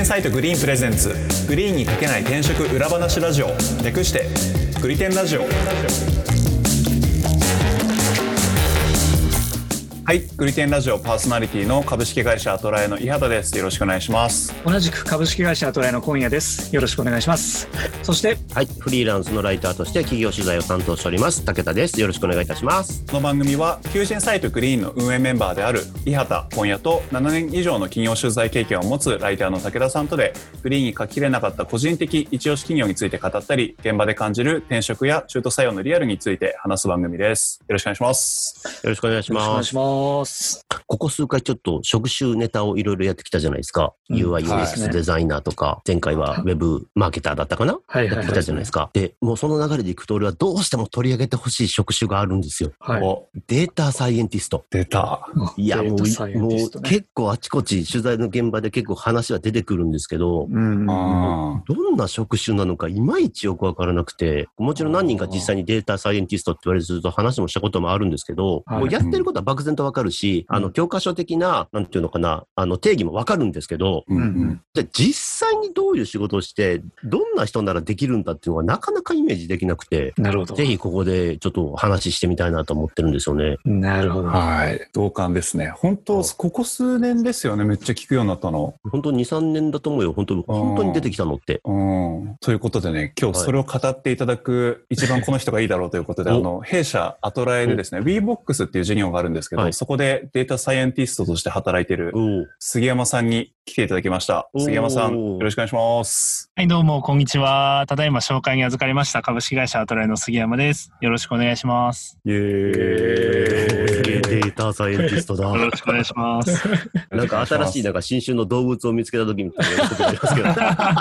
サイトグリーンプレゼンツ、グリーンにかけない転職裏話ラジオ、略してグリテンラジオ。はい、グリテンラジオパーソナリティの株式会社アトラエの伊畑です。よろしくお願いします。 同じく株式会社アトラエの今夜です。よろしくお願いします。そしてはい、フリーランスのライターとして企業取材を担当しております武田です。よろしくお願いいたします。 この番組は求人サイトグリーンの運営メンバーである伊畑今夜と7年以上の企業取材経験を持つライターの武田さんとで、グリーンに書ききれなかった個人的一押し企業について語ったり、現場で感じる転職や中途採用のリアルについて話す番組です。よろしくお願いします。 よろしくお願いします。 よろしくお願いします。 ここ数回ちょっと職種ネタをいろいろやってきたじゃないですか。UI、UX デザイナーとか、前回はウェブマーケターだったかな、やってきたじゃないですか。で、もうその流れでいくと俺はどうしても取り上げてほしい職種があるんですよ。 はい、 データサイエンティスト。 出た。 いや、もう結構あちこち取材の現場で結構話は出てくるんですけど、どんな職種なのかいまいちよくわからなくて、もちろん何人か実際にデータサイエンティストって言われてすると話もしたこともあるんですけど、もうやってることは漠然とわかるし、教科書的な、なんていうのかな、定義もわかるんですけど、じゃあ実際にどういう仕事をして、どんな人ならできるんだっていうのがなかなかイメージできなくて、 なるほど。 ぜひここでちょっと話してみたいなと思ってるんですよね。 なるほど。 はい。同感ですね。本当、ここ数年ですよね。めっちゃ聞くようになったの。 本当2、3年だと思うよ。本当に出てきたのって。 ということでね、今日それを語っていただく一番この人がいいだろうということで、弊社アトラエでですね、WeBox っていう事業があるんですけど、そこでデータサイエンティストとして働いている杉山さんに来ていただきました。杉山さん、よろしくお願いします。 はい、どうも、こんにちは。ただいま紹介に預かりました株式会社アトラエの杉山です。よろしくお願いします。 イエーイ。データサイエンティストだ。 よろしくお願いします。 なんか新しい新種の動物を見つけた時みたいなことありますけど。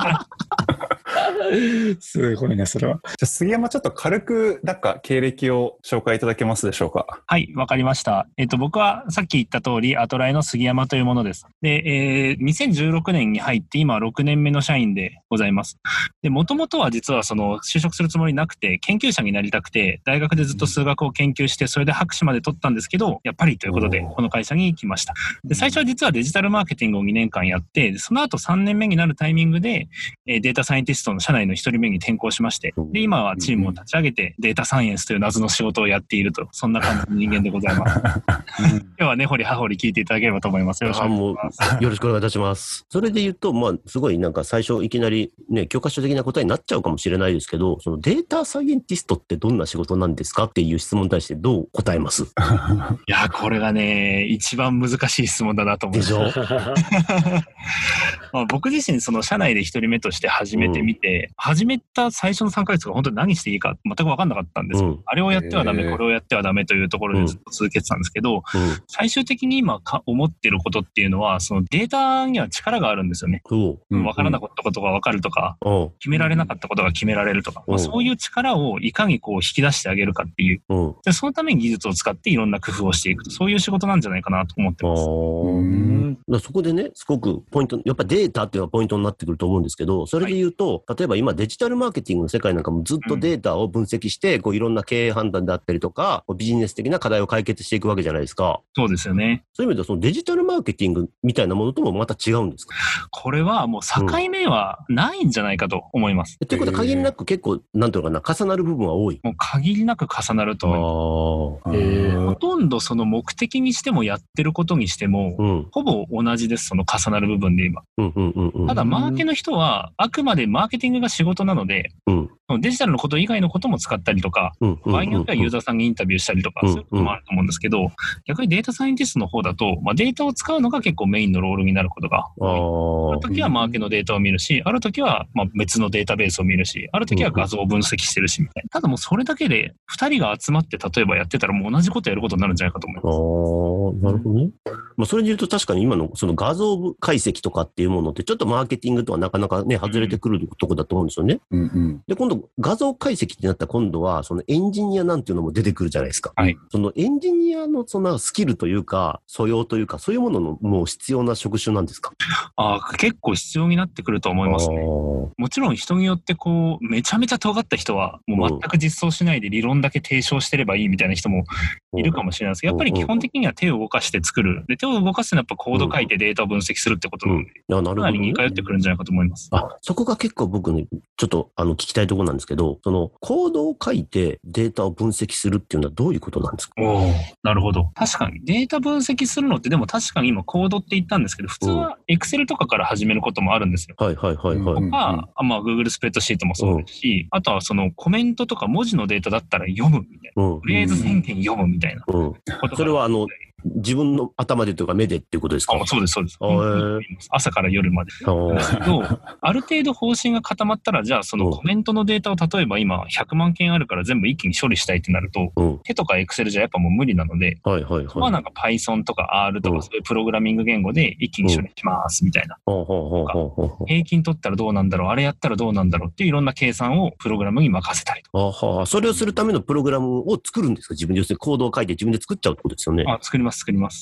すごいね、それは。 じゃあ杉山、ちょっと軽く経歴を紹介いただけますでしょうか。 はい、わかりました。僕はさっき言った通りアトラエの杉山というものです。で、2016年に入って今6年目の社員でございます。で、もともとは実は就職するつもりなくて研究者になりたくて大学でずっと数学を研究してそれで博士まで取ったんですけど、やっぱりということでこの会社に来ました。で、最初は実はデジタルマーケティングを2年間やって、その後3年目になるタイミングでデータサイエンティストの社内の一人目に転向しまして、で、今はチームを立ち上げてデータサイエンスという謎の仕事をやっていると、そんな感じの人間でございます。今日は根掘り葉掘り聞いていただければと思います。よろしくお願いします。 よろしくお願いいたします。それで言うと、すごい最初いきなりね、教科書的な答えになっちゃうかもしれないですけど、そのデータサイエンティストってどんな仕事なんですかっていう質問に対してどう答えます？いや、これがね、一番難しい質問だなと思う。 でしょ？ 僕自身社内で一人目として始めてみて、始めた最初の3ヶ月が本当に何していいか全く分かんなかったんですよ。あれをやってはダメ、これをやってはダメというところでずっと続けてたんですけど、最終的に今思ってることっていうのは、そのデータには力があるんですよね。分からなかったことが分かるとか、決められなかったことが決められるとか、そういう力をいかに引き出してあげるかっていう、でそのために技術を使っていろんな工夫をしていくと、そういう仕事なんじゃないかなと思ってます。 そこでね、すごくポイント、やっぱデータっていうのはポイントになってくると思うんですけど、それで言うと、例えば今デジタルマーケティングの世界なんかもずっとデータを分析して、いろんな経営判断であったりとか、ビジネス的な課題を解決していくわけじゃないですか。 そうですよね。 そういう意味ではそのデジタルマーケティングみたいなものともまた違うんですか？ これはもう境目はないんじゃないかと思います。 ということは限りなく結構、なんていうのかな、重なる部分は多い。 もう限りなく重なると思います。ほとんど目的にしてもやってることにしても、ほぼ同じです、重なる部分で今。ただマーケの人はあくまでマーケティングが仕事なので、デジタルのこと以外のことも使ったりとか、場合によってはユーザーさんにインタビューしたりとか、そういうこともあると思うんですけど、逆にデータサイエンティストの方だと、データを使うのが結構メインのロールになることが多い。ある時はマーケのデータを見るし、ある時は別のデータベースを見るし、ある時は画像を分析してるしみたいな。ただもうそれだけで2人が集まって例えばやってたらもう同じことやることになるんじゃないかと思います。 なるほどね。それで言うと確かに今のその画像解析とかっていうものってちょっとマーケティングとはなかなかね、外れてくるとこだと思うんですよね。で、今度と画像解析ってなったら今度は、そのエンジニアなんていうのも出てくるじゃないですか。 はい。 そのエンジニアのそのスキルというか、素養というか、そういうもののもう必要な職種なんですか？ 結構必要になってくると思いますね。もちろん人によってこう、めちゃめちゃ尖った人は、もう全く実装しないで理論だけ提唱してればいいみたいな人もいるかもしれないですけど、やっぱり基本的には手を動かして作る。で、手を動かすのはやっぱコード書いてデータを分析するってことなので、かなり似通ってくるんじゃないかと思います。 そこが結構僕ね、ちょっと聞きたいところなんですけど、そのコードを書いてデータを分析するっていうのはどういうことなんですか？ なるほど。確かにデータ分析するのってでも確かに今コードって言ったんですけど、普通は Excel とかから始めることもあるんですよ。 はいはいはいはい。 とか、Google スプレッドシートもそうですし、あとはそのコメントとか文字のデータだったら読むみたいな。フレーズ1000件読むみたいな。 それは自分の頭でというか目でっていうことですか？ そうです、そうです。朝から夜まで。ある程度方針が固まったら、じゃあそのコメントのデータを例えば今100万件あるから全部一気に処理したいってなると、手とか Excel じゃやっぱもう無理なので、なんか Python とか R とかそういうプログラミング言語で一気に処理しますみたいな。平均取ったらどうなんだろう、あれやったらどうなんだろうっていういろんな計算をプログラムに任せたりとか。それをするためのプログラムを作るんですか？自分で要するにコードを書いて自分で作っちゃうってことですよね。 作ります。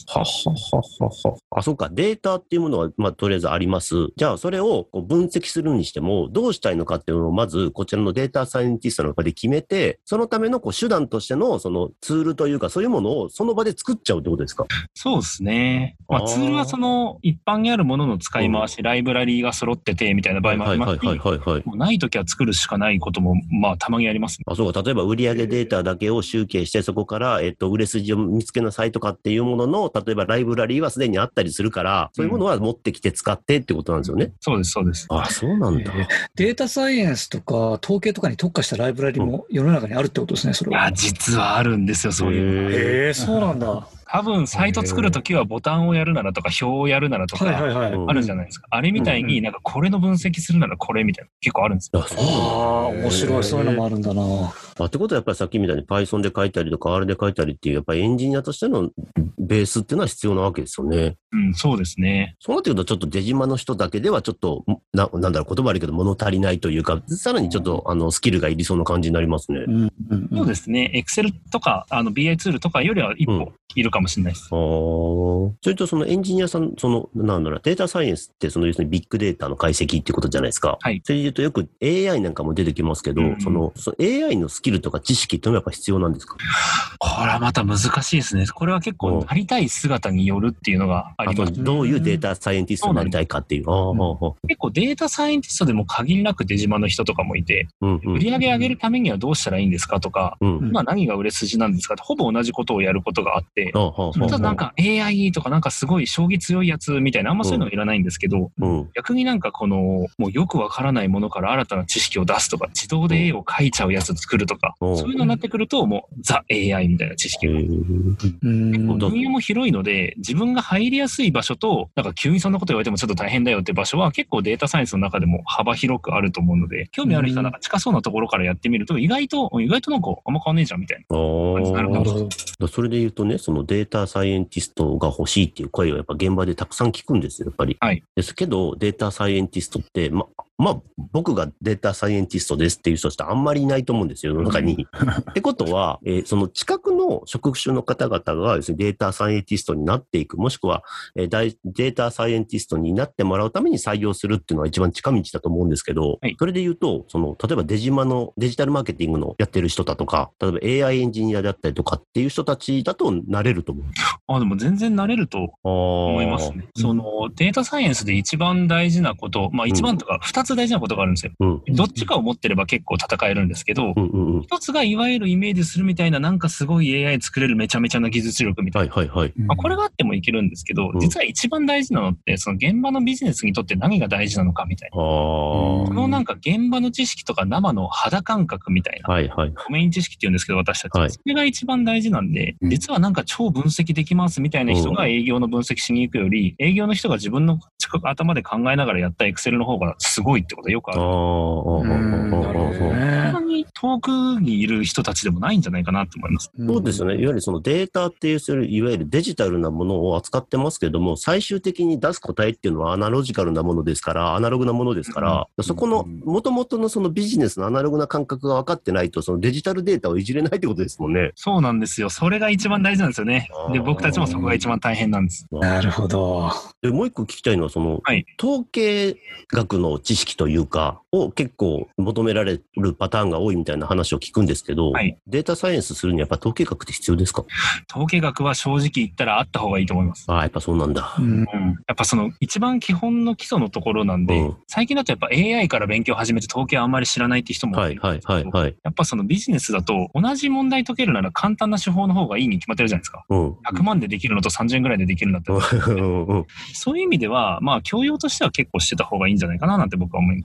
そうか。データっていうものは、とりあえずあります。じゃあ、それを分析するにしても、どうしたいのかっていうのを、まず、こちらのデータサイエンティストの中で決めて、そのための手段としての、そのツールというか、そういうものをその場で作っちゃうってことですか？ そうですね。ツールはその、一般にあるものの使い回し、ライブラリーが揃ってて、みたいな場合もありますし、もうないときは作るしかないことも、たまにありますね。 そうか。例えば、売上データだけを集計して、そこから、売れ筋を見つけなさいとかっていうものの、例えばライブラリーはすでにあったりするから、そういうものは持ってきて使ってってことなんですよね。 そうです、そうです。 そうなんだ。 データサイエンスとか統計とかに特化したライブラリも世の中にあるってことですね、それは。 実はあるんですよ、そういうの。 そうなんだ。 多分、サイト作るときはボタンをやるならとか、表をやるならとか、あるじゃないですか。あれみたいになんかこれの分析するならこれみたいな、結構あるんですよ。 面白い。そういうのもあるんだな。 ってことはやっぱりさっきみたいに Python で書いたりとか R で書いたりっていう、やっぱりエンジニアとしてのベースっていうのは必要なわけですよね。 そうですね。 そうなってくるとちょっと出島の人だけではちょっと、なんだろう、言葉悪いけど物足りないというか、さらにちょっとスキルがいりそうな感じになりますね。 そうですね。Excel とかBI ツールとかよりは一歩いるかもしれないです。 それとそのエンジニアさん、なんだろう、データサイエンスって要するにビッグデータの解析っていうことじゃないですか。 はい。 それで言うとよく AI なんかも出てきますけど、その AI のスキルとか知識っていうのはやっぱ必要なんですか？ これはまた難しいですね。これは結構なりたい姿によるっていうのがあります。 どういうデータサイエンティストになりたいかっていう。 結構データサイエンティストでも限りなく出島の人とかもいて、売り上げ上げるためにはどうしたらいいんですかとか、今何が売れ筋なんですかってほぼ同じことをやることがあって、ただなんか AI とかなんかすごい将棋強いやつみたいなあんまそういうのいらないんですけど、逆になんかもうよくわからないものから新たな知識を出すとか、自動で絵を描いちゃうやつ作るとか、そういうのになってくるともうザ AI みたいな知識が。分野も広いので、自分が入りやすい場所と、なんか急にそんなこと言われてもちょっと大変だよって場所は結構データサイエンスの中でも幅広くあると思うので、興味ある人はなんか近そうなところからやってみると、意外となんかあんま変わんねえじゃんみたいな感じになるかもしれない。 それで言うとね、そのデータサイエンティストが欲しいっていう声をやっぱ現場でたくさん聞くんですよ、やっぱり。 はい。 ですけど、データサイエンティストって、僕がデータサイエンティストですっていう人ってあんまりいないと思うんですよ、世の中に。ってことは、その近くの職種の方々がですね、データサイエンティストになっていく、もしくは、データサイエンティストになってもらうために採用するっていうのが一番近道だと思うんですけど、それで言うと、例えば出島のデジタルマーケティングのやってる人だとか、例えば AI エンジニアであったりとかっていう人たちだとなれると思う。 でも全然なれると思いますね。データサイエンスで一番大事なこと、一番とか二つ大事なことがあるんですよ。どっちかを持ってれば結構戦えるんですけど、一つがいわゆるイメージするみたいななんかすごい AI 作れるめちゃめちゃな技術力みたいな。これがあってもいけるんですけど、実は一番大事なのって、その現場のビジネスにとって何が大事なのかみたいな。このなんか現場の知識とか生の肌感覚みたいな。ドメイン知識って言うんですけど、私たち。それが一番大事なんで、実はなんか超分析できますみたいな人が営業の分析しに行くより、営業の人が自分の頭で考えながらやった Excel の方がすご多いってことはよくある。 なるほどね。 そんなに遠くにいる人たちでもないんじゃないかなと思います。 そうですよね。いわゆるそのデータっていう、いわゆるデジタルなものを扱ってますけども、最終的に出す答えっていうのはアナロジカルなものですから、アナログなものですから、そこの元々のそのビジネスのアナログな感覚が分かってないと、そのデジタルデータをいじれないってことですもんね。 そうなんですよ。それが一番大事なんですよね。で、僕たちもそこが一番大変なんです。 なるほど。 で、もう一個聞きたいのは、その、統計学の知識というか、を結構求められるパターンが多いみたいな話を聞くんですけど、データサイエンスするにはやっぱ統計学って必要ですか？ 統計学は正直言ったらあった方がいいと思います。 やっぱそうなんだ。 やっぱその一番基本の基礎のところなんで、最近だとやっぱ AI から勉強を始めて統計あんまり知らないって人も多いんですけど、やっぱそのビジネスだと同じ問題解けるなら簡単な手法の方がいいに決まってるじゃないですか。100万でできるのと30円ぐらいでできるんだったら。そういう意味では、まあ教養としては結構してた方がいいんじゃないかななんて僕は思います。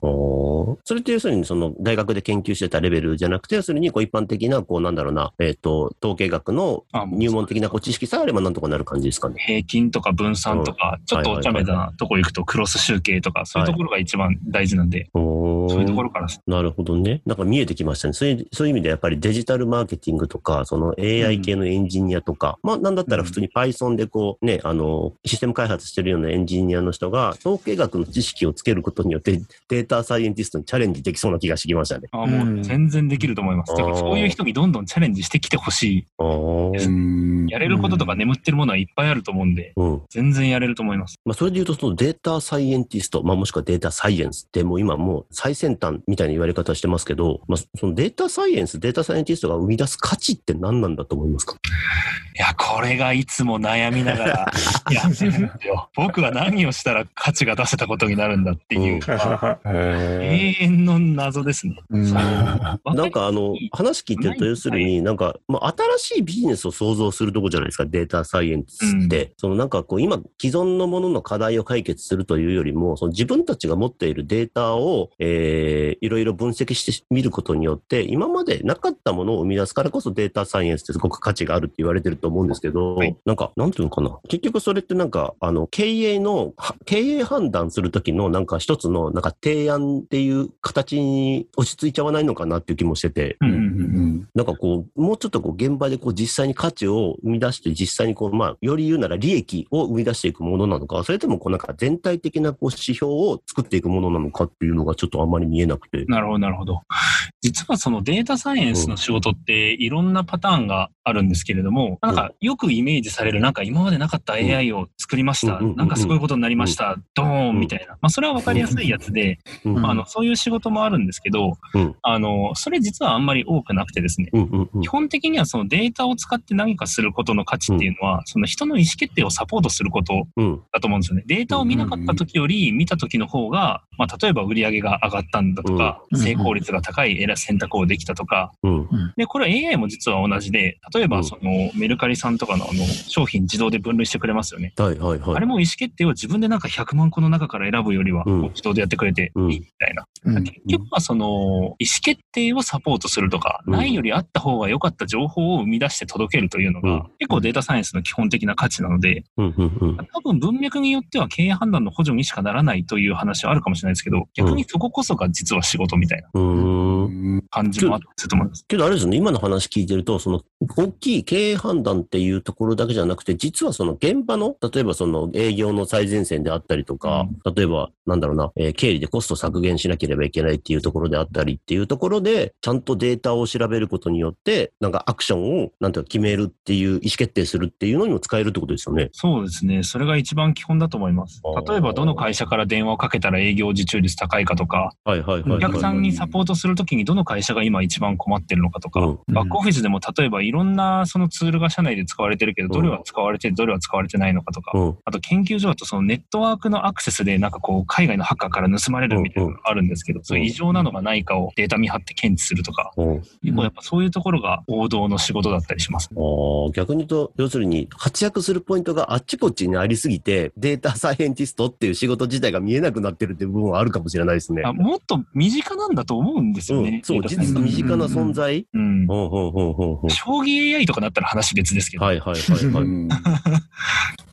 それって要するにその大学で研究してたレベルじゃなくて、要するにこう一般的なこうなんだろうな、統計学の入門的なこう知識さえあればなんとかなる感じですかね。 平均とか分散とか、ちょっとお茶目なとこ行くとクロス集計とか、そういうところが一番大事なんで、そういうところから。 なるほどね。なんか見えてきましたね。そういう意味でやっぱりデジタルマーケティングとか、その AI 系のエンジニアとか、まあなんだったら普通に Python でこうね、システム開発してるようなエンジニアの人が、統計学の知識をつけることによってデータサイエンティストにチャレンジできそうな気がしてきましたね。 もう全然できると思います。だからそういう人にどんどんチャレンジしてきてほしいです。やれることとか眠ってるものはいっぱいあると思うんで、全然やれると思います。 まあそれで言うとそのデータサイエンティスト、まあもしくはデータサイエンスってもう今もう最先端みたいな言われ方してますけど、まあそのデータサイエンス、データサイエンティストが生み出す価値って何なんだと思いますか？ いや、これがいつも悩みながらやってるんですよ。僕は何をしたら価値が出せたことになるんだっていう、永遠の謎ですね。 なんか話聞いてると要するになんか、まあ、新しいビジネスを創造するとこじゃないですか、データサイエンスって。そのなんかこう今既存のものの課題を解決するというよりも、その自分たちが持っているデータを、いろいろ分析してみることによって、今までなかったものを生み出すからこそデータサイエンスってすごく価値があるって言われてると思うんですけど、なんか、なんていうのかな。結局それってなんか、経営判断するときのなんか一つのなんか提案っていう形に落ち着いちゃわないのかなっていう気もしてて、なんかこう、もうちょっとこう現場でこう実際に価値を生み出して実際にこう、まあ、より言うなら利益を生み出していくものなのか、それともこうなんか全体的なこう指標を作っていくものなのかっていうのがちょっとあんまり見えなくて。 なるほど、なるほど。実はそのデータサイエンスの仕事っていろんなパターンがあるんですけれども、なんかよくイメージされるなんか今までなかった AI を作りました。なんかすごいことになりました。ドーンみたいな。まあそれはわかりやすいやつで、そういう仕事もあるんですけど、それ実はあんまり多くなくてですね、基本的にはそのデータを使って何かすることの価値っていうのは、その人の意思決定をサポートすることだと思うんですよね。データを見なかった時より見た時の方が、まあ例えば売り上げが上がったんだとか、成功率が高い選択をできたとか、で、これは AI も実は同じで、例えばそのメルカリさんとかの商品自動で分類してくれますよね。あれも意思決定を自分でなんか100万個の中から選ぶよりは自動でやってくれていいみたいな。結局はその意思決定をサポートするとか、ないよりあった方が良かった情報を生み出して届けるというのが結構データサイエンスの基本的な価値なので、多分文脈によっては経営判断の補助にしかならないという話はあるかもしれないですけど、逆にそここそが実は仕事みたいな感じもあってすると思います。 けどあれですね、今の話聞いてると、その大きい経営判断っていうところだけじゃなくて、実はその現場の、例えばその営業の最前線であったりとか、例えばなんだろうな、経理でコスト削減しなければいけないっていうところであったりっていうところで、ちゃんとデータを調べることによって、なんかアクションをなんていうか決めるっていう意思決定するっていうのにも使えるってことですよね。 そうですね。それが一番基本だと思います。例えばどの会社から電話をかけたら営業受注率高いかとか、お客さんにサポートするときにどの会社が今一番困ってるのかとか、バックオフィスでも例えばいろんなそのツールが社内で使われてるけど、どれは使われてる、どれは使われてないのかとか、あと研究所だとそのネットワークのアクセスでなんかこう海外のハッカーから盗まれるみたいなのがあるんですけど、そういう異常なのがないかをデータ見張って検知するとか、結構やっぱそういうところが王道の仕事だったりします。 逆に言うと、要するに活躍するポイントがあっちこっちにありすぎて、データサイエンティストっていう仕事自体が見えなくなってるっていう部分はあるかもしれないですね。 もっと身近なんだと思うんですよね。 そう、実は身近な存在。 将棋 AI とかだったら話別ですけど。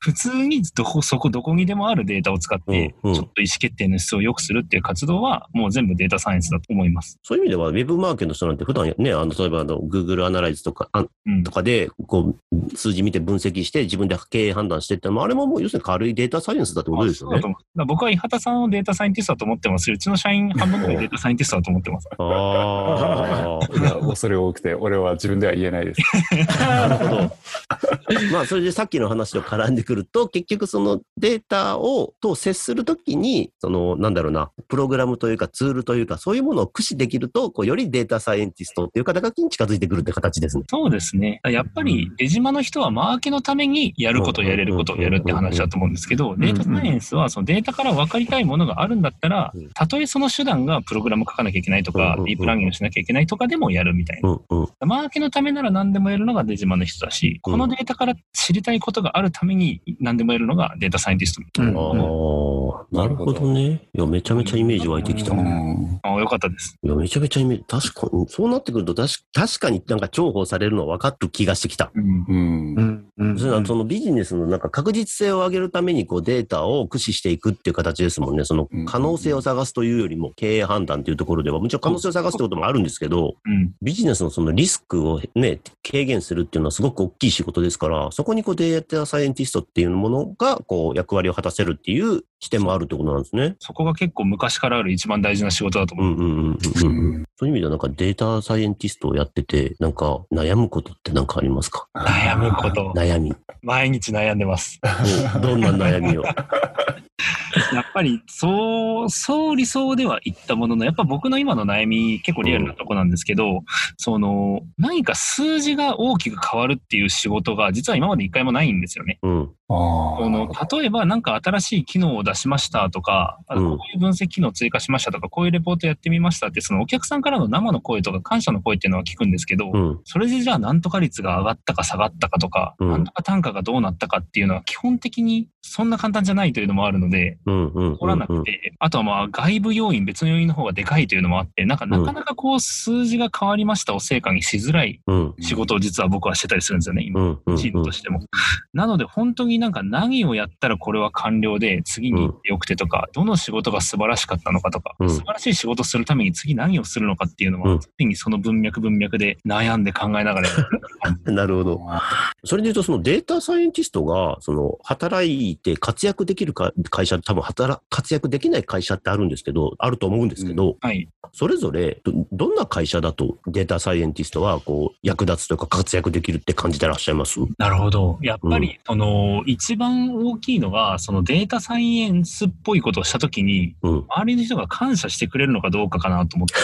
普通にどこにでもあるデータを使って、ちょっと意思決定の質を良くするっていう活動は、もう全部データサイエンスだと思います。 そういう意味では、ウェブマーケの人なんて普段ね、例えばGoogle アナライズとか、とかで、こう、数字見て分析して、自分で経営判断してってのも、あれももう要するに軽いデータサイエンスだってことですよね。 僕は伊畑さんをデータサイエンティストだと思ってますし、うちの社員半分ぐらいデータサイエンティストだと思ってます。 いや、恐れ多くて、俺は自分では言えないです。 なるほど。まあ、それでさっきの話と絡んでくると、結局そのデータと接するときに、なんだろうな、プログラムというかツールというか、そういうものを駆使できると、よりデータサイエンティストっていう肩書きに近づいてくるって形ですね。 そうですね。やっぱり、江島の人はマーケのためにやることをやれることをやるって話だと思うんですけど、データサイエンスはそのデータから分かりたいものがあるんだったら、たとえその手段がプログラム書かなきゃいけないとか、ディープラーニングしなきゃいけないとかでもやるみたいな。マーケのためなら何でもやるのが出島の人だし、このデータから知りたいことがあるために何でもやるのがデータサイエンティスト。 なるほどね。いや、めちゃめちゃイメージ湧いてきた。 よかったです。 いや、めちゃめちゃイメージ、確かに、そうなってくると確かになんか重宝されるのは分かる気がしてきた。そのビジネスのなんか確実性を上げるためにデータを駆使していくっていう形ですもんね。その可能性を探すというよりも経営判断っていうところでは、もちろん可能性を探すってこともあるんですけど、ビジネスのそのリスクをね、軽減するっていうのはすごく大きい仕事ですから、そこにデータサイエンティストっていうものが役割を果たせるっていう視点もあるってことなんですね。 そこが結構昔からある一番大事な仕事だと思う。 そういう意味ではなんかデータサイエンティストをやってて、なんか悩むことってなんかありますか？ 悩むこと。 悩み。 毎日悩んでます。 どんな悩みを？ やっぱりそう理想では言ったものの、やっぱ僕の今の悩み結構リアルなとこなんですけど、何か数字が大きく変わるっていう仕事が実は今まで一回もないんですよね。例えばなんか新しい機能を出しましたとか、こういう分析機能を追加しましたとか、こういうレポートやってみましたって、そのお客さんからの生の声とか感謝の声っていうのは聞くんですけど、それでじゃあなんとか率が上がったか下がったかとか、なんとか単価がどうなったかっていうのは基本的にそんな簡単じゃないというのもあるので、起こらなくて、あとはまあ外部要因、別の要因の方がでかいというのもあって、なかなか数字が変わりましたを成果にしづらい仕事を実は僕はしてたりするんですよね、今、チームとしても。なので本当になんか何をやったらこれは完了で、次に良くてとか、どの仕事が素晴らしかったのかとか、素晴らしい仕事をするために次何をするのかっていうのは、常にその文脈で悩んで考えながらやる。 なるほど。それで言うと、そのデータサイエンティストが、働いて活躍できる会社、多分活躍できない会社ってあるんですけど、あると思うんですけど、それぞれどんな会社だとデータサイエンティストは役立つというか活躍できるって感じてらっしゃいます？ なるほど。やっぱり、一番大きいのが、そのデータサイエンスっぽいことをしたときに、周りの人が感謝してくれるのかどうかかなと思って。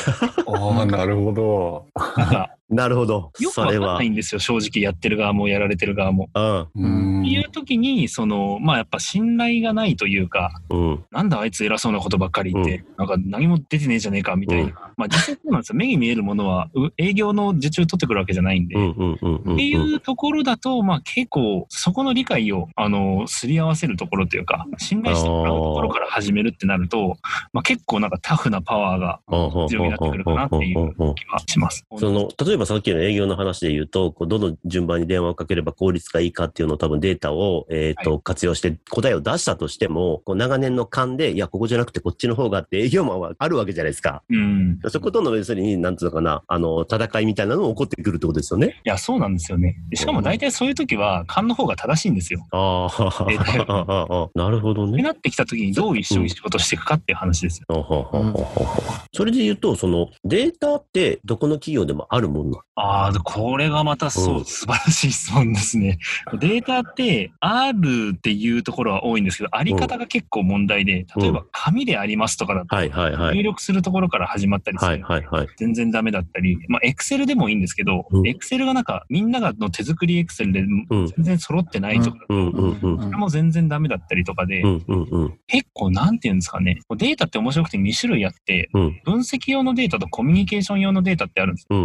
なるほど。 なるほど。 よくわかんないんですよ、正直やってる側もやられてる側も。っていう時に、やっぱ信頼がないというか、なんだあいつ偉そうなことばっかり言って、なんか何も出てねえじゃねえかみたいな。まあ実際そうなんですよ。目に見えるものは営業の受注取ってくるわけじゃないんで。っていうところだと、まあ結構そこの理解をすり合わせるところというか、信頼してもらうところから始めるってなると、まあ結構なんかタフなパワーが必要になってくるかなっていう気はします。 例えばさっきの営業の話で言うと、どの順番に電話をかければ効率がいいかっていうのを多分データを、活用して答えを出したとしても、長年の勘で、いや、ここじゃなくてこっちの方がって営業マンはあるわけじゃないですか。そことの要するに、なんつうのかな、戦いみたいなのが起こってくるってことですよね。 いや、そうなんですよね。しかも大体そういう時は、勘の方が正しいんですよ。 なるほどね。 ってなってきた時にどう一緒に仕事していくかっていう話ですよ。 それで言うと、データってどこの企業でもあるもんなの？ これがまた素晴らしい質問ですね。データってあるっていうところは多いんですけど、あり方が結構問題で、例えば紙でありますとかだと、入力するところから始まったりする。全然ダメだったり、まあ、エクセルでもいいんですけど、エクセルがなんかみんなの手作りエクセルで全然揃ってないとかだと、それも全然ダメだったりとかで、結構なんていうんですかね、データって面白くて2種類あって、分析用のデータとコミュニケーション用のデータってあるんです。分析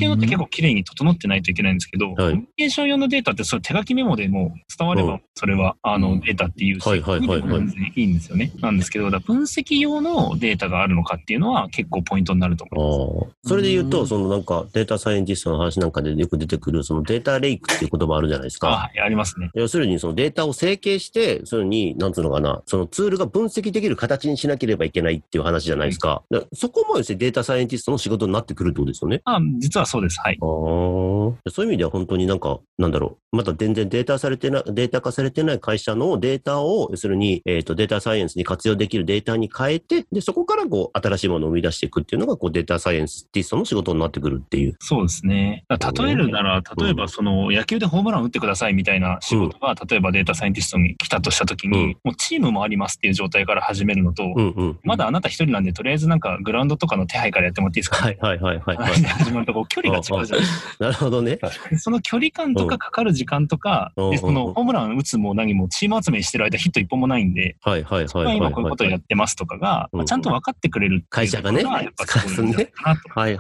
系のって結構綺麗に整ってないといけないんですけど、コミュニケーション用のデータってそれ手書きメモでも伝われば、それはデータっていうし、全然いいんですよね。なんですけど、分析用のデータがあるのかっていうのは結構ポイントになると思います。 それで言うと、なんかデータサイエンティストの話なんかでよく出てくる、そのデータレイクっていう言葉あるじゃないですか。 はい、ありますね。 要するにそのデータを整形して、それに、なんつうのかな、そのツールが分析できる形にしなければいけないっていう話じゃないですか。そこもですね、データサイエンティストの仕事になってくるってことですよね。 実はそうです。はい。 そういう意味では本当になんか、なんだろう。まだ全然データ化されてない会社のデータを、要するに、データサイエンスに活用できるデータに変えて、で、そこからこう、新しいものを生み出していくっていうのが、こう、データサイエンスティストの仕事になってくるっていう。 そうですね。例えるなら、例えばその、野球でホームラン打ってくださいみたいな仕事が、例えばデータサイエンティストに来たとしたときに、もうチームもありますっていう状態から始めるのと、まだあなた一人なんで、とりあえずなんかグラウンドとかの手配からやってもらっていいですか、 はい。 始まるとこう距離が違うじゃないですか。 なるほどね。 その距離感とかかかる時間とか、でそのホームラン打つも何もチーム集めしてる間ヒット一本もないんで、今こういうことをやってますとかが、ちゃんと分かってくれる会社がね。 やっぱすごいかなと。 はい。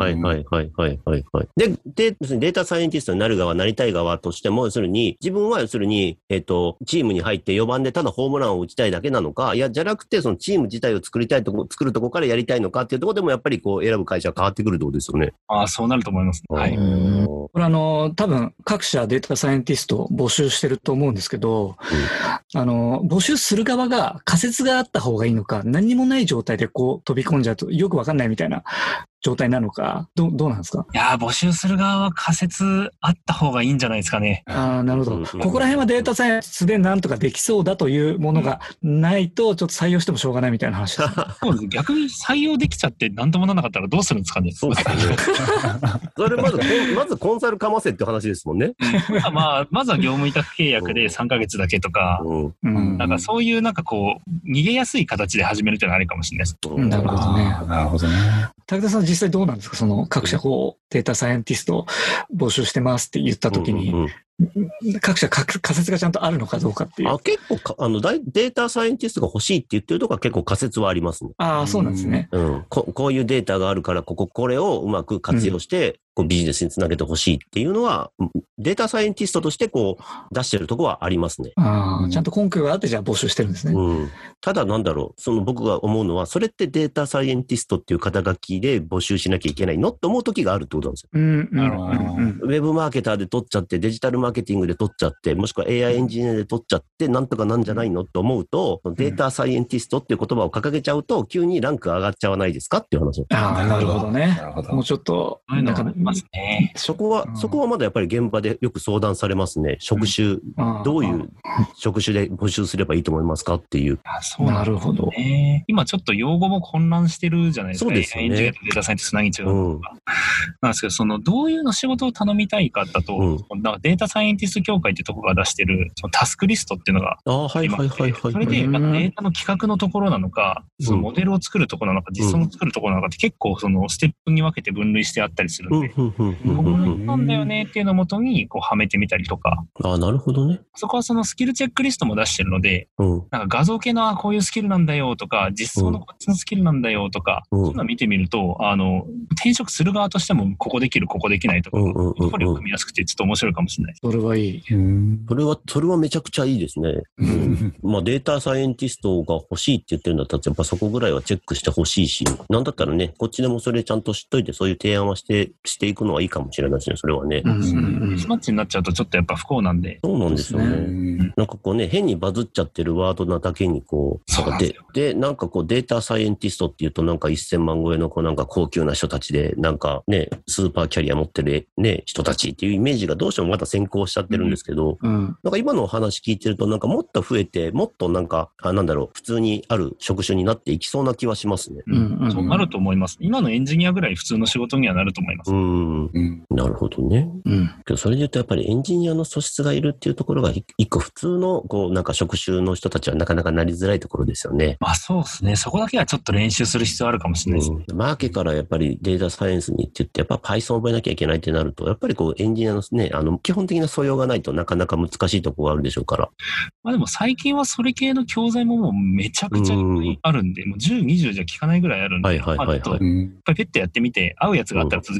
で、データサイエンティストになる側、なりたい側としても、要するに、自分は要するに、チームに入って4番でただホームランを打ちたいだけなのか、いや、じゃなくて、そのチーム自体を作るとこからやりたいのかっていうところでも、やっぱりこう、選ぶ会社が変わってくるってことですよね。 そうなると思います。はい。 これ多分、各社データサイエンティスト募集してると思うんですけど、募集する側が仮説があった方がいいのか、何にもない状態でこう飛び込んじゃうとよくわかんないみたいな状態なのか、どうなんですか？ いや、募集する側は仮説あった方がいいんじゃないですかね。 なるほど。ここら辺はデータサイエンスでなんとかできそうだというものがないと、ちょっと採用してもしょうがないみたいな話です、ね。 そうです。逆に採用できちゃって何ともならなかったらどうするんですかね。 そうですね。それまずコンサルかませって話ですもんね。 まずは業務委託契約で3ヶ月だけとか、なんかそういうなんかこう、逃げやすい形で始めるっていうのはありかもしれないです。 なるほどね。 なるほどね。 武田さん実際どうなんですか？その各社こうデータサイエンティスト募集してますって言ったときに、各社仮説がちゃんとあるのかどうかっていう。 結構データサイエンティストが欲しいって言ってるとこは結構仮説はありますね。 そうなんですね。 こういうデータがあるからこれをうまく活用して、こうビジネスにつなげてほしいっていうのは、データサイエンティストとしてこう出してるとこはありますね。 ちゃんと根拠があってじゃあ募集してるんですね。 ただなんだろう、その僕が思うのは、それってデータサイエンティストっていう肩書きで募集しなきゃいけないのって思う時があるってことなんですよ。ウェブマーケターで取っちゃって、デジタルマーケティングで取っちゃって、もしくは AI エンジニアで取っちゃって、なんとかなんじゃないのって思うと、データサイエンティストっていう言葉を掲げちゃうと、急にランク上がっちゃわないですかっていう話。 なるほどね。もうちょっと、なんか、 そこはまだやっぱり現場でよく相談されますね。職種、どういう職種で募集すればいいと思いますかっていう。 なるほど。 今ちょっと用語も混乱してるじゃないですか。 そうですよね。 エンジニアとデータサイエンティスト何違うのか。なんですけど、そのどういうの仕事を頼みたいかだと、データサイエンティスト協会ってとこが出してるそのタスクリストっていうのがありまして、それでデータの企画のところなのか、そのモデルを作るところなのか、実装を作るところなのかって結構そのステップに分けて分類してあったりするんで、なんだよねっていうのをもとにこうはめてみたりとか。 なるほどね。 そこはそのスキルチェックリストも出してるので、なんか画像系のこういうスキルなんだよとか、実装のこっちのスキルなんだよとか、そういうのを見てみると、転職する側としてもここできる、ここできないとか、ポートフォリオを組みやすくてちょっと面白いかもしれない。 それはいい。 それはめちゃくちゃいいですね。データサイエンティストが欲しいって言ってるんだったら、やっぱそこぐらいはチェックしてほしいし、なんだったらね、こっちでもそれちゃんと知っといて、そういう提案はしていくのはいいかもしれないですね、それはね。 ミスマッチになっちゃうとちょっとやっぱ不幸なんで。 そうなんですよね。なんかこうね、変にバズっちゃってるワードなだけにこう、で、なんかこうデータサイエンティストっていうとなんか1000万超えのこうなんか高級な人たちで、なんかね、スーパーキャリア持ってるね、人たちっていうイメージがどうしてもまた先行しちゃってるんですけど、なんか今のお話聞いてるとなんかもっと増えて、もっとなんか、普通にある職種になっていきそうな気はしますね。 そうなると思います。今のエンジニアぐらい普通の仕事にはなると思います。 なるほどね。けどそれで言うとやっぱりエンジニアの素質がいるっていうところが一個普通のこうなんか職種の人たちはなかなかなりづらいところですよね。 そうですね。そこだけはちょっと練習する必要あるかもしれないですね。 マーケからやっぱりデータサイエンスにって言ってやっぱ Python 覚えなきゃいけないってなるとやっぱりこうエンジニアのね基本的な素養がないとなかなか難しいところがあるでしょうから。 でも最近はそれ系の教材ももうめちゃくちゃあるんで、もう10、20じゃ効かないぐらいあるんで、やっぱりペッてやってみて合うやつがあったら続けてみると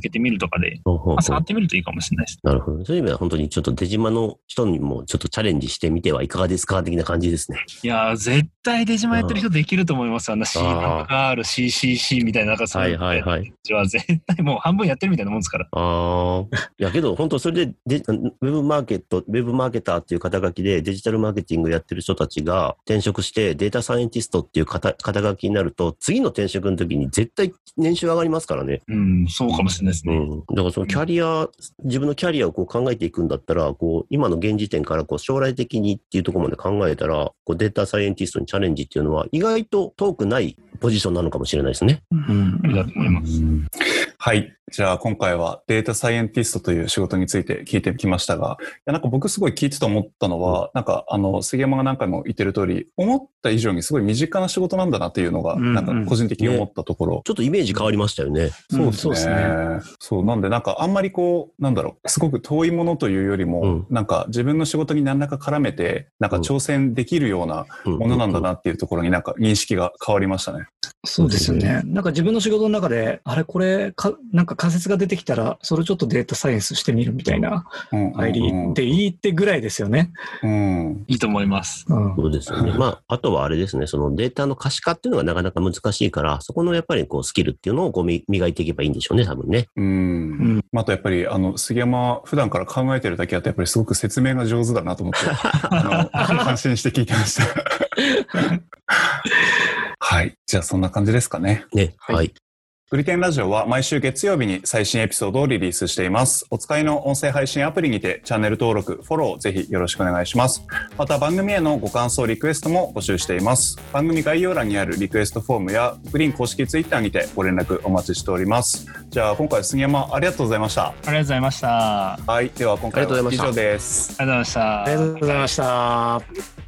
とかで、触ってみるといいかもしれないです。 なるほど。そういう意味では本当にちょっと出島の人にもちょっとチャレンジしてみてはいかがですか的な感じですね。 いやー、絶対出島やってる人できると思います。CR、CCC みたいな、なんかそういうのは絶対もう半分やってるみたいなもんですから。 いやけど本当それでウェブマーケターっていう肩書きでデジタルマーケティングやってる人たちが転職してデータサイエンティストっていう肩書きになると、次の転職の時に絶対年収上がりますからね。 そうかもしれないですね。 だからそのキャリア、自分のキャリアをこう考えていくんだったら、こう今の現時点からこう将来的にっていうところまで考えたら、こうデータサイエンティストにチャレンジっていうのは意外と遠くないポジションなのかもしれないですね。 ありがとうございます。 はい。じゃあ今回はデータサイエンティストという仕事について聞いてきましたが、なんか僕すごい聞いてて思ったのは、なんか杉山が何回も言ってる通り、思った以上にすごい身近な仕事なんだなっていうのが、なんか個人的に思ったところ。 ちょっとイメージ変わりましたよね。 そうですね。そう、なんでなんかあんまりこう、なんだろう、すごく遠いものというよりも、なんか自分の仕事に何らか絡めて、なんか挑戦できるようなものなんだなっていうところになんか認識が変わりましたね。 そうですよね。なんか自分の仕事の中で、これなんか仮説が出てきたら、それちょっとデータサイエンスしてみるみたいな入りでいいってぐらいですよね。 いいと思います。 そうですよね。あとはあれですね、そのデータの可視化っていうのがなかなか難しいから、そこのやっぱりこうスキルっていうのをこう磨いていけばいいんでしょうね、多分ね。 あとやっぱり杉山普段から考えてるだけあってやっぱりすごく説明が上手だなと思って安心して聞いてました。はい。じゃあそんな感じですかね。 はい。 グリテンラジオは毎週月曜日に最新エピソードをリリースしています。お使いの音声配信アプリにてチャンネル登録、フォローぜひよろしくお願いします。また番組へのご感想、リクエストも募集しています。番組概要欄にあるリクエストフォームやグリーン公式ツイッターにてご連絡お待ちしております。じゃあ今回杉山ありがとうございました。 ありがとうございました。 はい。では今回は以上です。 ありがとうございました。 ありがとうございました。